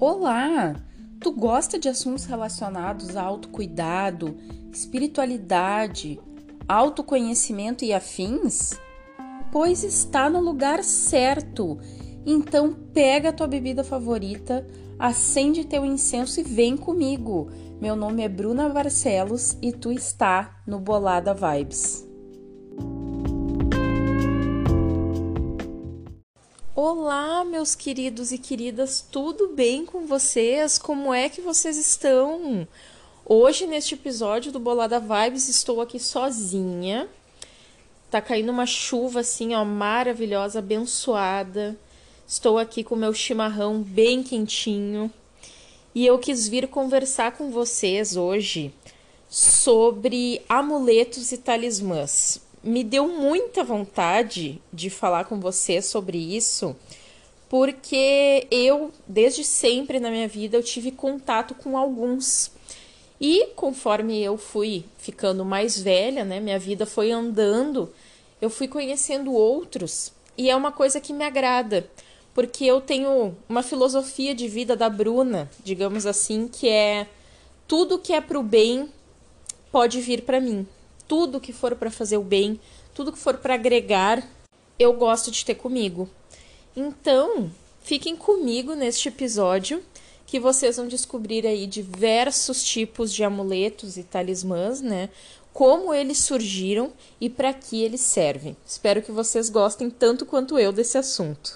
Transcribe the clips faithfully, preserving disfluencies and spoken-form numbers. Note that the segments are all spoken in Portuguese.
Olá! Tu gosta de assuntos relacionados a autocuidado, espiritualidade, autoconhecimento e afins? Pois está no lugar certo! Então pega a tua bebida favorita, acende teu incenso e vem comigo! Meu nome é Bruna Barcelos e tu está no Bolada Vibes. Olá, meus queridos e queridas, tudo bem com vocês? Como é que vocês estão? Hoje, neste episódio do Bolada Vibes, estou aqui sozinha. Tá caindo uma chuva assim, ó, maravilhosa, abençoada. Estou aqui com meu chimarrão bem quentinho. E eu quis vir conversar com vocês hoje sobre amuletos e talismãs. Me deu muita vontade de falar com você sobre isso, porque eu, desde sempre na minha vida, eu tive contato com alguns. E conforme eu fui ficando mais velha, né, minha vida foi andando, eu fui conhecendo outros. E é uma coisa que me agrada, porque eu tenho uma filosofia de vida da Bruna, digamos assim, que é tudo que é pro bem pode vir para mim. Tudo que for para fazer o bem, tudo que for para agregar, eu gosto de ter comigo. Então, fiquem comigo neste episódio, que vocês vão descobrir aí diversos tipos de amuletos e talismãs, né? Como eles surgiram e para que eles servem. Espero que vocês gostem tanto quanto eu desse assunto.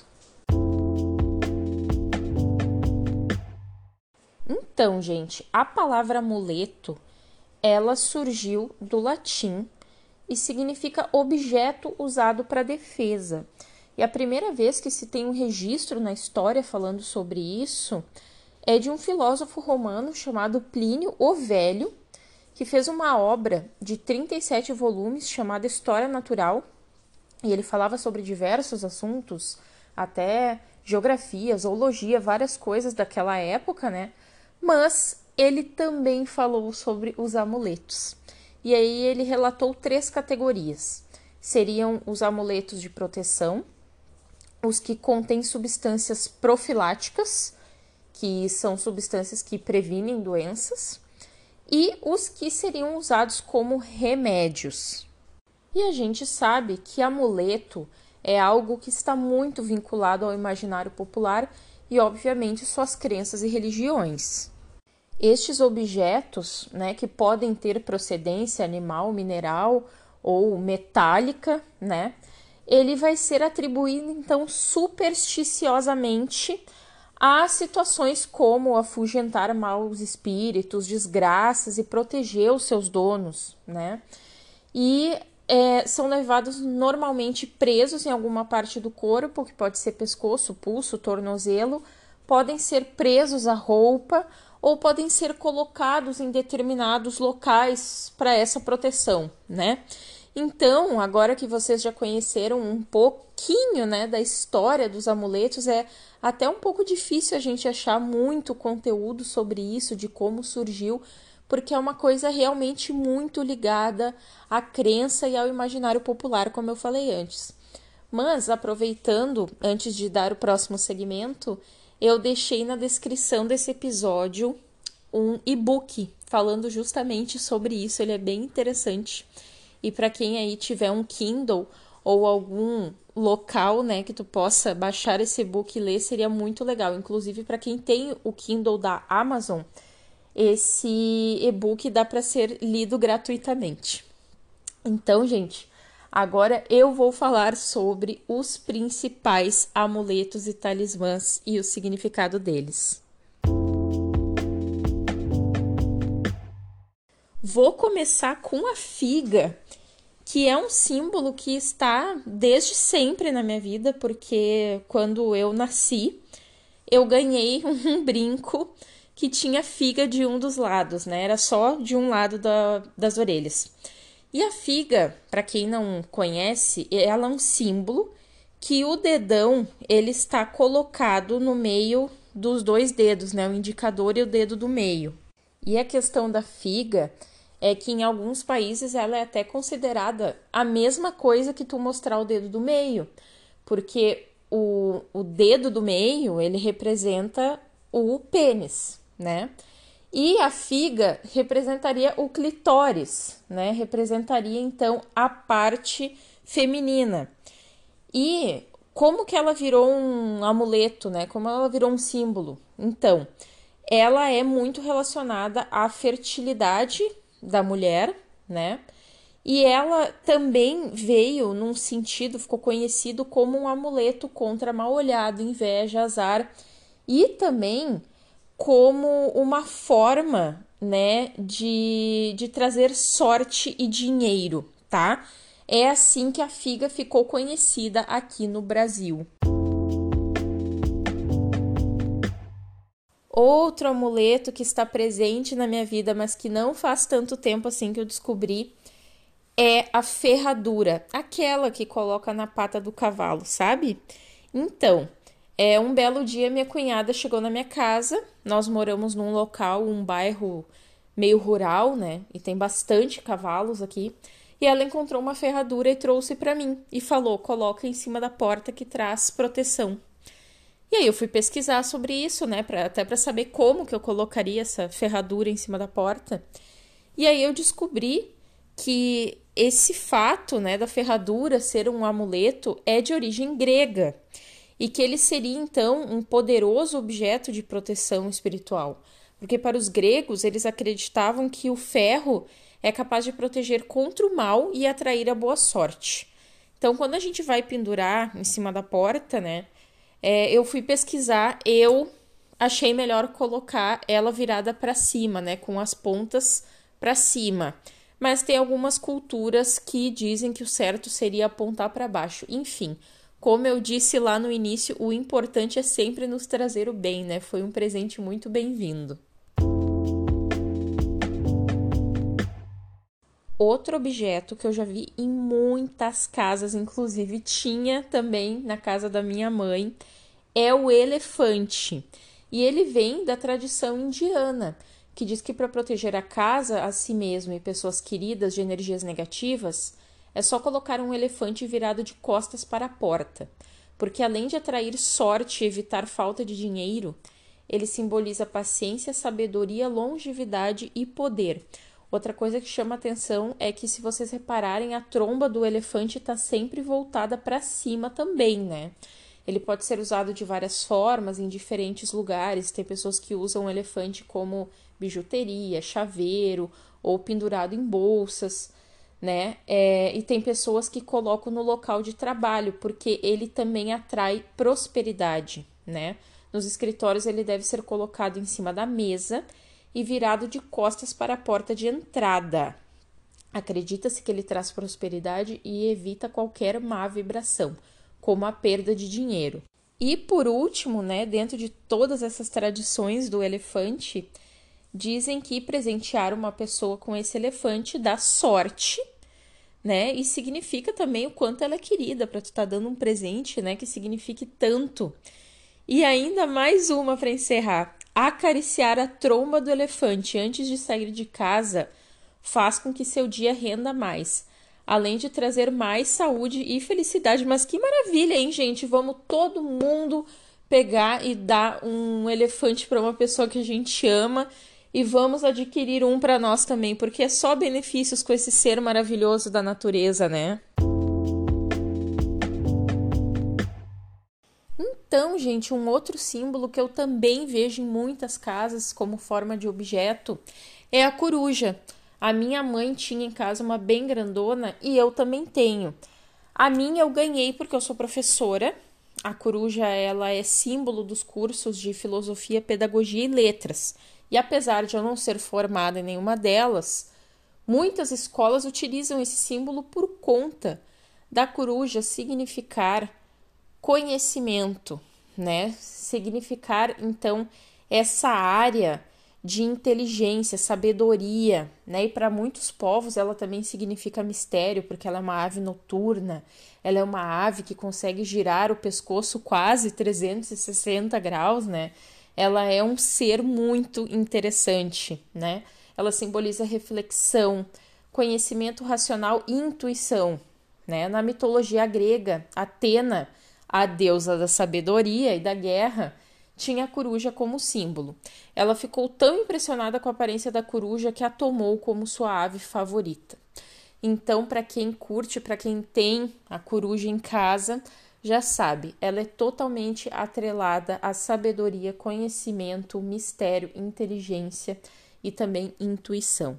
Então, gente, a palavra amuleto ela surgiu do latim e significa objeto usado para defesa. E a primeira vez que se tem um registro na história falando sobre isso é de um filósofo romano chamado Plínio o Velho, que fez uma obra de trinta e sete volumes chamada História Natural, e ele falava sobre diversos assuntos, até geografia, zoologia, várias coisas daquela época, né? Mas ele também falou sobre os amuletos. E aí ele relatou três categorias. Seriam os amuletos de proteção, os que contêm substâncias profiláticas, que são substâncias que previnem doenças, e os que seriam usados como remédios. E a gente sabe que amuleto é algo que está muito vinculado ao imaginário popular e, obviamente, suas crenças e religiões. Estes objetos, né, que podem ter procedência animal, mineral ou metálica, né, ele vai ser atribuído, então, supersticiosamente a situações como afugentar maus espíritos, desgraças e proteger os seus donos, né, e é, são levados normalmente presos em alguma parte do corpo, que pode ser pescoço, pulso, tornozelo, podem ser presos à roupa ou podem ser colocados em determinados locais para essa proteção, né? Então, agora que vocês já conheceram um pouquinho, né, da história dos amuletos, é até um pouco difícil a gente achar muito conteúdo sobre isso, de como surgiu, porque é uma coisa realmente muito ligada à crença e ao imaginário popular, como eu falei antes. Mas, aproveitando, antes de dar o próximo segmento, eu deixei na descrição desse episódio um e-book falando justamente sobre isso. Ele é bem interessante. E para quem aí tiver um Kindle ou algum local, né, que tu possa baixar esse e-book e ler, seria muito legal. Inclusive, para quem tem o Kindle da Amazon, esse e-book dá para ser lido gratuitamente. Então, gente, agora eu vou falar sobre os principais amuletos e talismãs e o significado deles. Vou começar com a figa, que é um símbolo que está desde sempre na minha vida, porque quando eu nasci, eu ganhei um brinco que tinha figa de um dos lados, né? Era só de um lado da, das orelhas. E a figa, para quem não conhece, ela é um símbolo que o dedão ele está colocado no meio dos dois dedos, né? O indicador e o dedo do meio. E a questão da figa é que em alguns países ela é até considerada a mesma coisa que tu mostrar o dedo do meio, porque o, o dedo do meio ele representa o pênis, né? E a figa representaria o clitóris, né? Representaria, então, a parte feminina. E como que ela virou um amuleto, né? Como ela virou um símbolo? Então, ela é muito relacionada à fertilidade da mulher, né? E ela também veio num sentido, ficou conhecido como um amuleto contra mal-olhado, inveja, azar, e também como uma forma, né, de, de trazer sorte e dinheiro, tá? É assim que a figa ficou conhecida aqui no Brasil. Outro amuleto que está presente na minha vida, mas que não faz tanto tempo assim que eu descobri, é a ferradura, aquela que coloca na pata do cavalo, sabe? Então, é um belo dia minha cunhada chegou na minha casa. Nós moramos num local, um bairro meio rural, né? E tem bastante cavalos aqui. E ela encontrou uma ferradura e trouxe para mim e falou: coloca em cima da porta que traz proteção. E aí eu fui pesquisar sobre isso, né? Pra, até para saber como que eu colocaria essa ferradura em cima da porta. E aí eu descobri que esse fato, né, da ferradura ser um amuleto é de origem grega e que ele seria, então, um poderoso objeto de proteção espiritual. Porque para os gregos, eles acreditavam que o ferro é capaz de proteger contra o mal e atrair a boa sorte. Então, quando a gente vai pendurar em cima da porta, né, é, eu fui pesquisar, eu achei melhor colocar ela virada para cima, né, com as pontas para cima. Mas tem algumas culturas que dizem que o certo seria apontar para baixo. Enfim, como eu disse lá no início, o importante é sempre nos trazer o bem, né? Foi um presente muito bem-vindo. Outro objeto que eu já vi em muitas casas, inclusive tinha também na casa da minha mãe, é o elefante. E ele vem da tradição indiana, que diz que para proteger a casa, a si mesmo e pessoas queridas de energias negativas, é só colocar um elefante virado de costas para a porta, porque além de atrair sorte e evitar falta de dinheiro, ele simboliza paciência, sabedoria, longevidade e poder. Outra coisa que chama atenção é que, se vocês repararem, a tromba do elefante está sempre voltada para cima também, né? Ele pode ser usado de várias formas, em diferentes lugares. Tem pessoas que usam o elefante como bijuteria, chaveiro ou pendurado em bolsas, né? É, e tem pessoas que colocam no local de trabalho, porque ele também atrai prosperidade, né? Nos escritórios ele deve ser colocado em cima da mesa e virado de costas para a porta de entrada. Acredita-se que ele traz prosperidade e evita qualquer má vibração, como a perda de dinheiro. E por último, né, dentro de todas essas tradições do elefante, dizem que presentear uma pessoa com esse elefante dá sorte, né? E significa também o quanto ela é querida, para tu estar dando um presente, né, que signifique tanto. E ainda mais uma para encerrar: acariciar a tromba do elefante antes de sair de casa faz com que seu dia renda mais, além de trazer mais saúde e felicidade. Mas que maravilha, hein, gente? Vamos todo mundo pegar e dar um elefante para uma pessoa que a gente ama e vamos adquirir um para nós também, porque é só benefícios com esse ser maravilhoso da natureza, né? Então, gente, um outro símbolo que eu também vejo em muitas casas como forma de objeto é a coruja. A minha mãe tinha em casa uma bem grandona e eu também tenho. A minha eu ganhei porque eu sou professora. A coruja, ela é símbolo dos cursos de filosofia, pedagogia e letras. E apesar de eu não ser formada em nenhuma delas, muitas escolas utilizam esse símbolo por conta da coruja significar conhecimento, né? Significar, então, essa área de inteligência, sabedoria, né? E para muitos povos ela também significa mistério, porque ela é uma ave noturna, ela é uma ave que consegue girar o pescoço quase trezentos e sessenta graus, né? Ela é um ser muito interessante, né? Ela simboliza reflexão, conhecimento racional e intuição, né? Na mitologia grega, Atena, a deusa da sabedoria e da guerra, tinha a coruja como símbolo. Ela ficou tão impressionada com a aparência da coruja que a tomou como sua ave favorita. Então, para quem curte, para quem tem a coruja em casa, já sabe, ela é totalmente atrelada à sabedoria, conhecimento, mistério, inteligência e também intuição.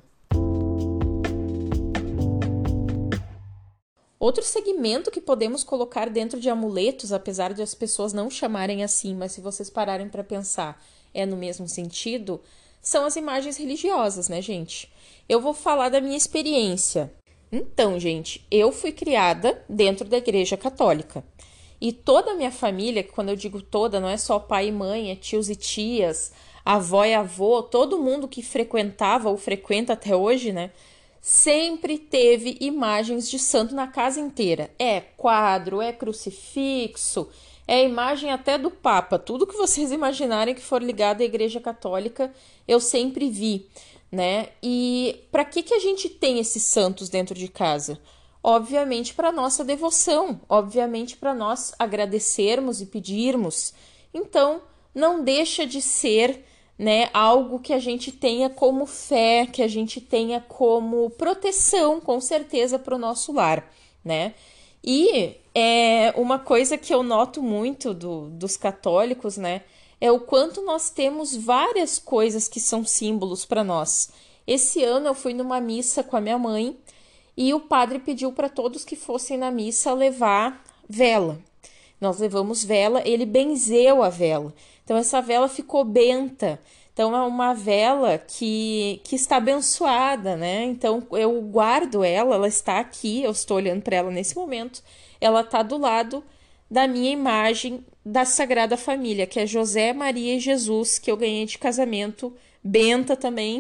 Outro segmento que podemos colocar dentro de amuletos, apesar de as pessoas não chamarem assim, mas se vocês pararem para pensar, é no mesmo sentido, são as imagens religiosas, né, gente? Eu vou falar da minha experiência. Então, gente, eu fui criada dentro da Igreja Católica. E toda a minha família, quando eu digo toda, não é só pai e mãe, é tios e tias, avó e avô, todo mundo que frequentava ou frequenta até hoje, né? Sempre teve imagens de santo na casa inteira. É quadro, é crucifixo, é imagem até do Papa. Tudo que vocês imaginarem que for ligado à Igreja Católica, eu sempre vi, né? E para que que a gente tem esses santos dentro de casa? Obviamente para nossa devoção, obviamente para nós agradecermos e pedirmos. Então, não deixa de ser, né, algo que a gente tenha como fé, que a gente tenha como proteção, com certeza, para o nosso lar, né? E é uma coisa que eu noto muito do, dos católicos, né, é o quanto nós temos várias coisas que são símbolos para nós. Esse ano eu fui numa missa com a minha mãe e o padre pediu para todos que fossem na missa levar vela. Nós levamos vela, ele benzeu a vela. Então, essa vela ficou benta. Então, é uma vela que, que está abençoada, né? Então, eu guardo ela, ela está aqui, eu estou olhando para ela nesse momento. Ela está do lado da minha imagem da Sagrada Família, que é José, Maria e Jesus, que eu ganhei de casamento, benta também.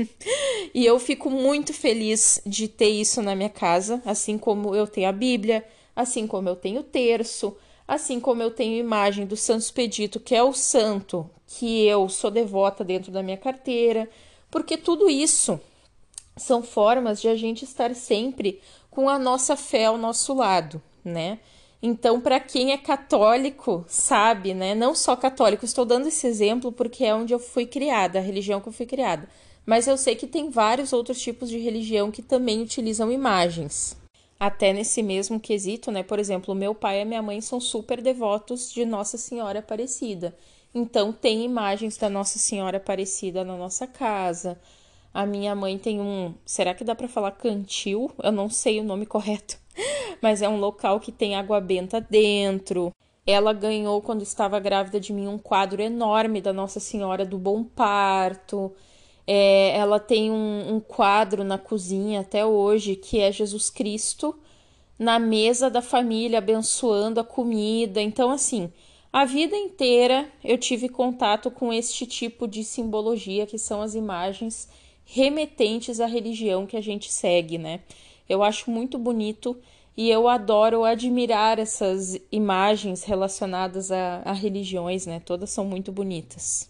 E eu fico muito feliz de ter isso na minha casa, assim como eu tenho a Bíblia, assim como eu tenho o terço, assim como eu tenho a imagem do Santo Expedito, que é o santo que eu sou devota dentro da minha carteira, porque tudo isso são formas de a gente estar sempre com a nossa fé ao nosso lado, né? Então, para quem é católico, sabe, né? Não só católico, estou dando esse exemplo porque é onde eu fui criada, a religião que eu fui criada. Mas eu sei que tem vários outros tipos de religião que também utilizam imagens. Até nesse mesmo quesito, né? Por exemplo, meu pai e minha mãe são super devotos de Nossa Senhora Aparecida. Então, tem imagens da Nossa Senhora Aparecida na nossa casa. A minha mãe tem um... Será que dá para falar cantil? Eu não sei o nome correto. Mas é um local que tem água benta dentro. Ela ganhou, quando estava grávida de mim, um quadro enorme da Nossa Senhora do Bom Parto. É, ela tem um, um quadro na cozinha até hoje, que é Jesus Cristo na mesa da família, abençoando a comida. Então, assim, a vida inteira eu tive contato com este tipo de simbologia, que são as imagens remetentes à religião que a gente segue, né? Eu acho muito bonito e eu adoro admirar essas imagens relacionadas a, a religiões, né? Todas são muito bonitas.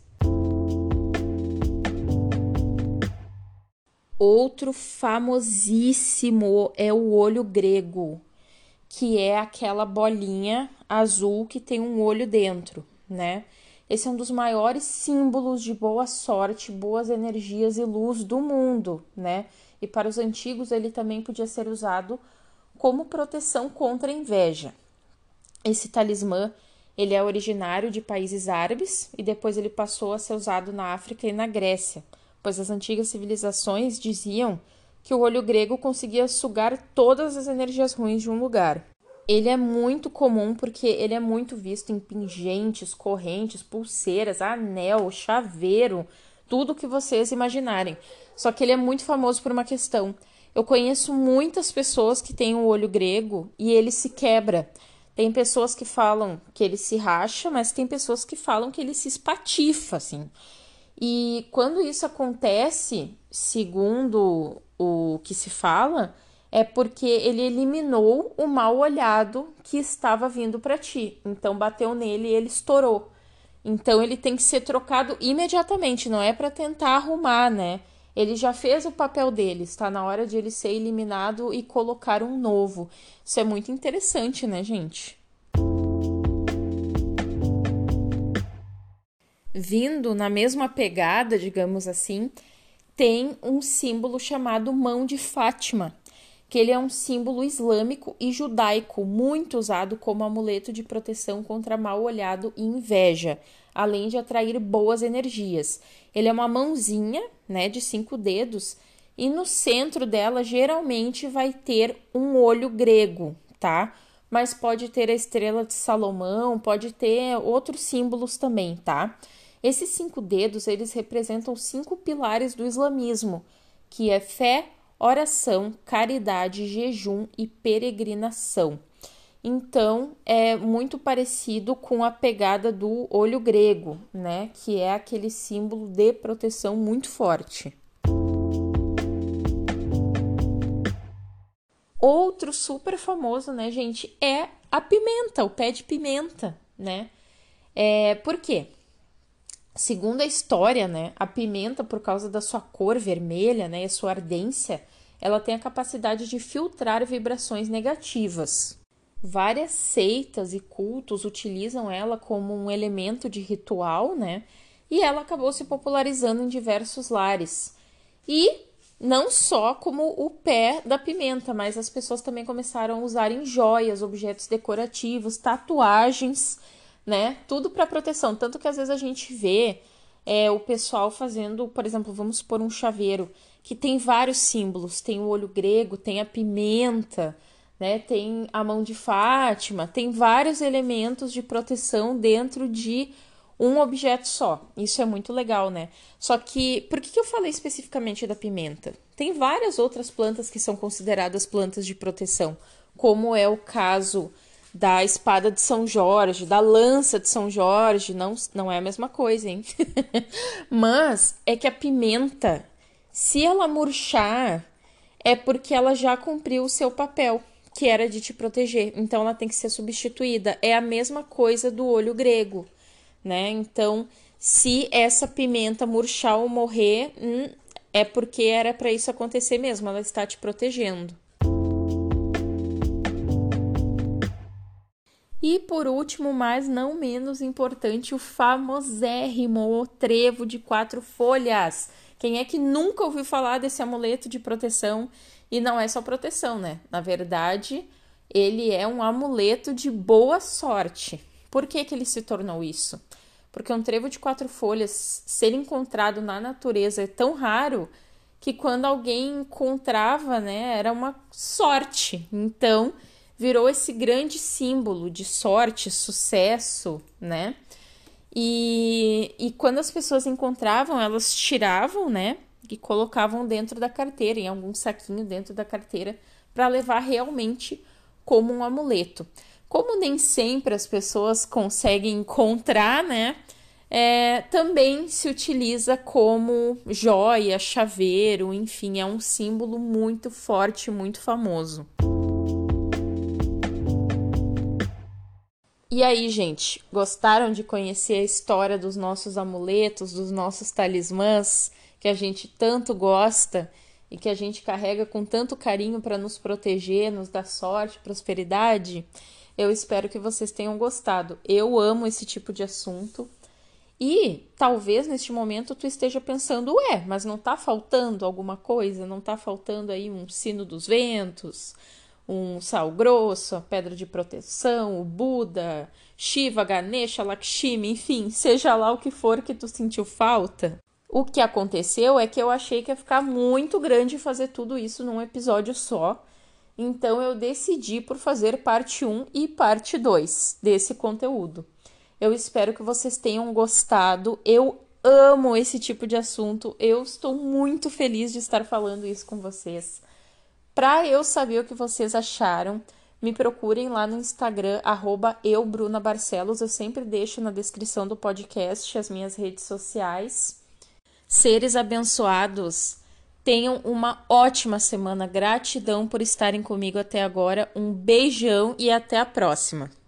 Outro famosíssimo é o olho grego, que é aquela bolinha azul que tem um olho dentro, né? Esse é um dos maiores símbolos de boa sorte, boas energias e luz do mundo, né? E para os antigos ele também podia ser usado como proteção contra a inveja. Esse talismã, ele é originário de países árabes e depois ele passou a ser usado na África e na Grécia, pois as antigas civilizações diziam que o olho grego conseguia sugar todas as energias ruins de um lugar. Ele é muito comum porque ele é muito visto em pingentes, correntes, pulseiras, anel, chaveiro, tudo que vocês imaginarem. Só que ele é muito famoso por uma questão. Eu conheço muitas pessoas que têm o olho grego e ele se quebra. Tem pessoas que falam que ele se racha, mas tem pessoas que falam que ele se espatifa, assim. E quando isso acontece, segundo o que se fala, é porque ele eliminou o mal olhado que estava vindo para ti. Então bateu nele e ele estourou. Então ele tem que ser trocado imediatamente, não é para tentar arrumar, né? Ele já fez o papel dele, está na hora de ele ser eliminado e colocar um novo. Isso é muito interessante, né, gente? vindo na mesma pegada, digamos assim, tem um símbolo chamado mão de Fátima, que ele é um símbolo islâmico e judaico, muito usado como amuleto de proteção contra mal olhado e inveja, além de atrair boas energias. Ele é uma mãozinha, né, de cinco dedos, e no centro dela geralmente vai ter um olho grego, tá? Mas pode ter a estrela de Salomão, pode ter outros símbolos também, tá? Esses cinco dedos, eles representam cinco pilares do islamismo, que é fé, oração, caridade, jejum e peregrinação. Então, é muito parecido com a pegada do olho grego, né? Que é aquele símbolo de proteção muito forte. Outro super famoso, né, gente, é a pimenta, o pé de pimenta, né? É, por quê? Segundo a história, né, a pimenta, por causa da sua cor vermelha, né, e sua ardência, ela tem a capacidade de filtrar vibrações negativas. Várias seitas e cultos utilizam ela como um elemento de ritual, né? E ela acabou se popularizando em diversos lares. E não só como o pé da pimenta, mas as pessoas também começaram a usar em joias, objetos decorativos, tatuagens, né? Tudo para proteção. Tanto que às vezes a gente vê é, o pessoal fazendo, por exemplo, vamos supor um chaveiro que tem vários símbolos. Tem o olho grego, tem a pimenta, né? Tem a mão de Fátima, tem vários elementos de proteção dentro de um objeto só. Isso é muito legal, né? Só que, por que, que eu falei especificamente da pimenta? Tem várias outras plantas que são consideradas plantas de proteção, como é o caso da espada de São Jorge, da lança de São Jorge. Não, não é a mesma coisa, hein? Mas é que a pimenta, se ela murchar, é porque ela já cumpriu o seu papel, que era de te proteger. Então, ela tem que ser substituída. É a mesma coisa do olho grego, né? Então, se essa pimenta murchar ou morrer, hum, é porque era para isso acontecer mesmo. Ela está te protegendo. E por último, mas não menos importante, o famosérrimo trevo de quatro folhas. Quem é que nunca ouviu falar desse amuleto de proteção? E não é só proteção, né? Na verdade, ele é um amuleto de boa sorte. Por que que ele se tornou isso? Porque um trevo de quatro folhas ser encontrado na natureza é tão raro que quando alguém encontrava, né, era uma sorte. Então, virou esse grande símbolo de sorte, sucesso, né? E, e quando as pessoas encontravam, elas tiravam, né? E colocavam dentro da carteira, em algum saquinho dentro da carteira, para levar realmente como um amuleto. Como nem sempre as pessoas conseguem encontrar, né? É, também se utiliza como joia, chaveiro, enfim, é um símbolo muito forte, muito famoso. E aí, gente, gostaram de conhecer a história dos nossos amuletos, dos nossos talismãs, que a gente tanto gosta e que a gente carrega com tanto carinho para nos proteger, nos dar sorte, prosperidade? Eu espero que vocês tenham gostado. Eu amo esse tipo de assunto. E talvez neste momento tu esteja pensando, ué, mas não tá faltando alguma coisa? Não tá faltando aí um sino dos ventos, um sal grosso, a pedra de proteção, o Buda, Shiva, Ganesha, Lakshmi, enfim, seja lá o que for que tu sentiu falta. O que aconteceu é que eu achei que ia ficar muito grande fazer tudo isso num episódio só. Então eu decidi por fazer parte um e parte dois desse conteúdo. Eu espero que vocês tenham gostado. Eu amo esse tipo de assunto. Eu estou muito feliz de estar falando isso com vocês. Para eu saber o que vocês acharam, me procurem lá no Instagram, arroba eu, Bruna Barcelos. Eu sempre deixo na descrição do podcast as minhas redes sociais. Seres abençoados, tenham uma ótima semana. Gratidão por estarem comigo até agora. Um beijão e até a próxima.